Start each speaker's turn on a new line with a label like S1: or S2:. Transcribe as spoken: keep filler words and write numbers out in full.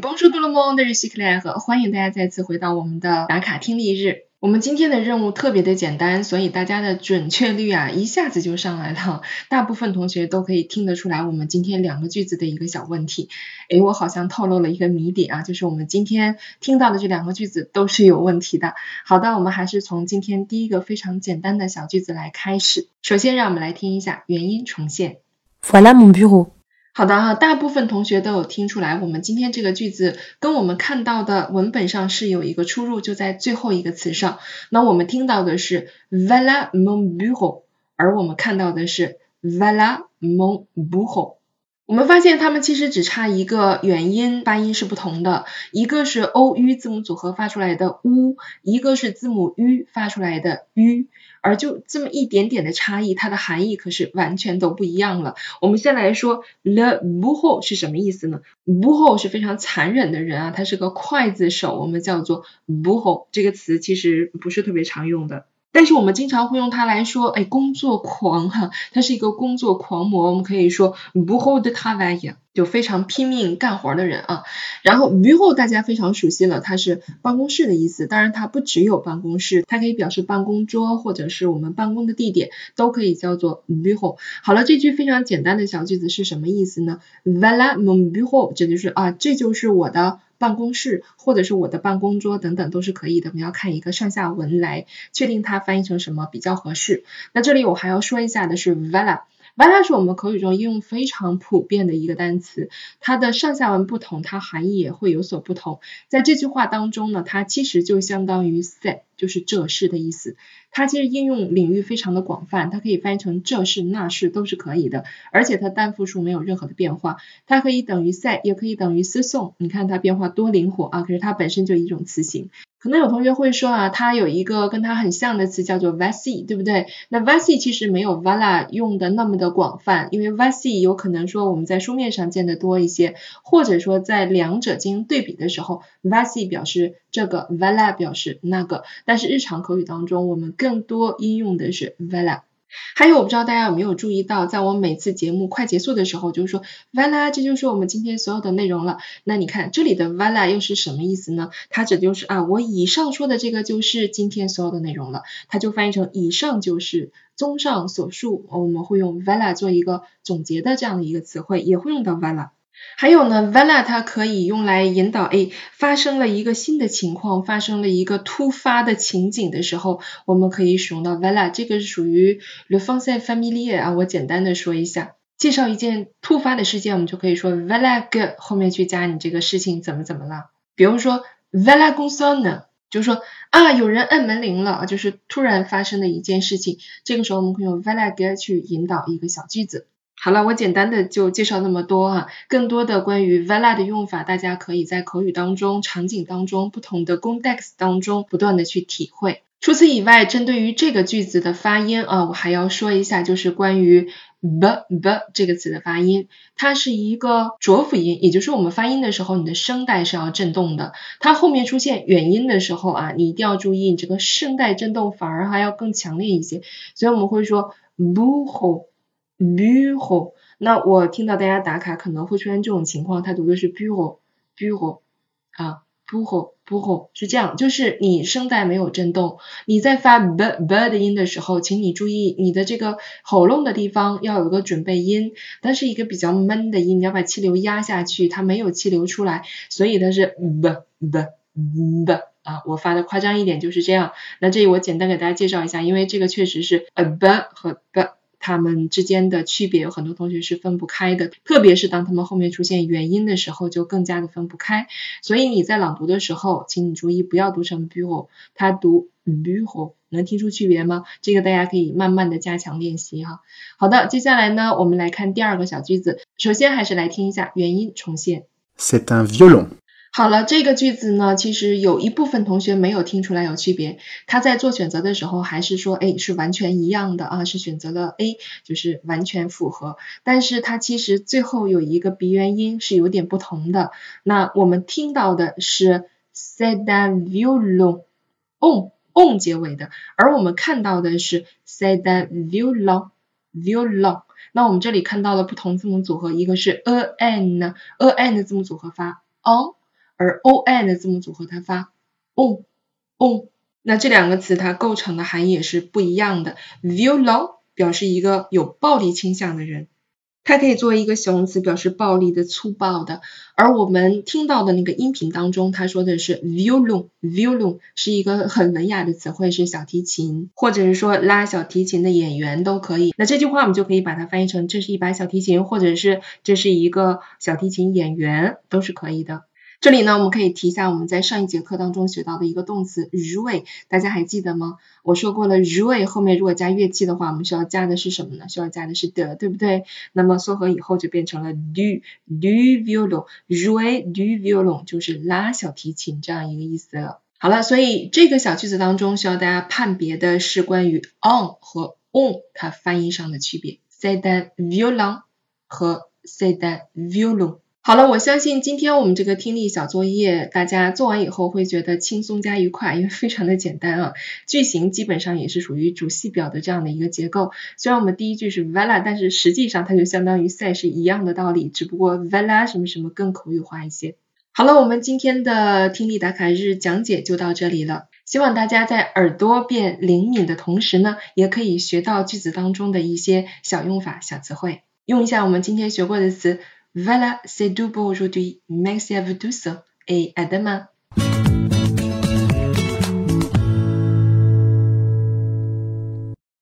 S1: Bonjour tout le monde, je suis Claire， 欢迎大家再次回到我们的打卡听力日。我们今天的任务特别的简单，所以大家的准确率啊一下子就上来了，大部分同学都可以听得出来我们今天两个句子的一个小问题。诶，我好像透露了一个谜底啊，就是我们今天听到的这两个句子都是有问题的。好的，我们还是从今天第一个非常简单的小句子来开始。首先让我们来听一下元音重现。
S2: Voilà mon bureau。
S1: 好的啊，大部分同学都有听出来，我们今天这个句子跟我们看到的文本上是有一个出入，就在最后一个词上。那我们听到的是 Voilà mon bureau， 而我们看到的是 Voilà mon bureau。我们发现它们其实只差一个元音发音是不同的，一个是 O U 字母组合发出来的 U， 一个是字母 U 发出来的 U， 而就这么一点点的差异，它的含义可是完全都不一样了。我们先来说 Le bourreau 是什么意思呢？ bourreau 是非常残忍的人啊，他是个刽子手，我们叫做 bourreau， 这个词其实不是特别常用的。但是我们经常会用它来说，哎，工作狂哈，他是一个工作狂魔，我们可以说 bourreau de travail， 就非常拼命干活的人啊。然后 bureau 大家非常熟悉了，它是办公室的意思，当然它不只有办公室，它可以表示办公桌或者是我们办公的地点，都可以叫做 bureau。好了，这句非常简单的小句子是什么意思呢？ Voilà mon bureau， 这就是啊，这就是我的办公室或者是我的办公桌等等都是可以的，我们要看一个上下文来确定它翻译成什么比较合适。那这里我还要说一下的是 Voilà， Voilà 是我们口语中应用非常普遍的一个单词，它的上下文不同，它含义也会有所不同。在这句话当中呢，它其实就相当于 c'est， 就是这是的意思。它其实应用领域非常的广泛，它可以翻译成这是那是都是可以的，而且它单复数没有任何的变化，它可以等于 c'est， 也可以等于 ce sont， 你看它变化多灵活啊！可是它本身就一种词形。可能有同学会说啊，它有一个跟它很像的词叫做 voici， 对不对？那 voici 其实没有 voilà 用的那么的广泛，因为 voici 有可能说我们在书面上见得多一些，或者说在两者进行对比的时候 voici 表示这个， voilà 表示那个，但是日常口语当中我们更多应用的是 voilà。还有我不知道大家有没有注意到，在我每次节目快结束的时候就是说 voilà 这就是我们今天所有的内容了。那你看这里的 voilà 又是什么意思呢？它指的就是啊，我以上说的这个就是今天所有的内容了，它就翻译成以上就是综上所述，我们会用 voilà 做一个总结的这样的一个词汇，也会用到 voilà。还有呢 voilà 它可以用来引导诶发生了一个新的情况，发生了一个突发的情景的时候，我们可以使用到 voilà， 这个是属于 le français familier 啊，我简单的说一下，介绍一件突发的事件，我们就可以说 voilà que 后面去加你这个事情怎么怎么了。比如说 voilà qu'on sonne， 就是说啊有人按门铃了，就是突然发生的一件事情，这个时候我们可以用 voilà que 去引导一个小句子。好了，我简单的就介绍那么多啊，更多的关于 voilà 的用法，大家可以在口语当中、场景当中、不同的 context 当中不断的去体会。除此以外，针对于这个句子的发音啊，我还要说一下，就是关于 b b 这个词的发音，它是一个浊辅音，也就是我们发音的时候，你的声带是要震动的。它后面出现元音的时候啊，你一定要注意，你这个声带震动反而还要更强烈一些，所以我们会说 bureau bureau， 那我听到大家打卡可能会出现这种情况，他读的是 bureau bureau 啊 bureau bureau 是这样，就是你声带没有震动，你在发 b b 的音的时候，请你注意你的这个喉咙的地方要有个准备音，它是一个比较闷的音，你要把气流压下去，它没有气流出来，所以它是 b b b 啊，我发的夸张一点就是这样。那这里我简单给大家介绍一下，因为这个确实是 a b 和 b它们之间的区别有很多同学是分不开的，特别是当它们后面出现元音的时候就更加的分不开，所以你在朗读的时候请你注意不要读成 bureau， 它读 bureau， 能听出区别吗？这个大家可以慢慢的加强练习哈。好的，接下来呢我们来看第二个小句子，首先还是来听一下元音重现。
S2: C'est un violon。
S1: 好了，这个句子呢，其实有一部分同学没有听出来有区别，他在做选择的时候还是说，哎，是完全一样的啊，是选择了 A， 就是完全符合。但是它其实最后有一个鼻元音是有点不同的。那我们听到的是 c'est un violon，on on 结尾的，而我们看到的是 c'est un violon violon。那我们这里看到了不同字母组合，一个是 an， an 的字母组合发 on。 而 on 的字母组合它发 on on。那这两个词它构成的含义也是不一样的。violent 表示一个有暴力倾向的人，它可以作为一个形容词表示暴力的、粗暴的，而我们听到的那个音频当中它说的是 violon violon 是一个很文雅的词汇，是小提琴或者是说拉小提琴的演员都可以。那这句话我们就可以把它翻译成这是一把小提琴，或者是这是一个小提琴演员，都是可以的。这里呢我们可以提一下我们在上一节课当中学到的一个动词 jouer， 大家还记得吗？我说过了 jouer 后面如果加乐器的话，我们需要加的是什么呢？需要加的是的，对不对？那么缩合以后就变成了 du du violon jouer du violon 就是拉小提琴这样一个意思了。好了，所以这个小句子当中需要大家判别的是关于 on 和 on 它发音上的区别， c'est un violon 和 c'est un violon。好了，我相信今天我们这个听力小作业大家做完以后会觉得轻松加愉快，因为非常的简单啊。句型基本上也是属于主系表的这样的一个结构，虽然我们第一句是 voilà， 但是实际上它就相当于 say 是一样的道理，只不过 voilà 什么什么更口语化一些。好了，我们今天的听力打卡日讲解就到这里了，希望大家在耳朵变灵敏的同时呢，也可以学到句子当中的一些小用法、小词汇，用一下我们今天学过的词。Voilà, c'est tout pour aujourd'hui. Merci à vous tous et à demain.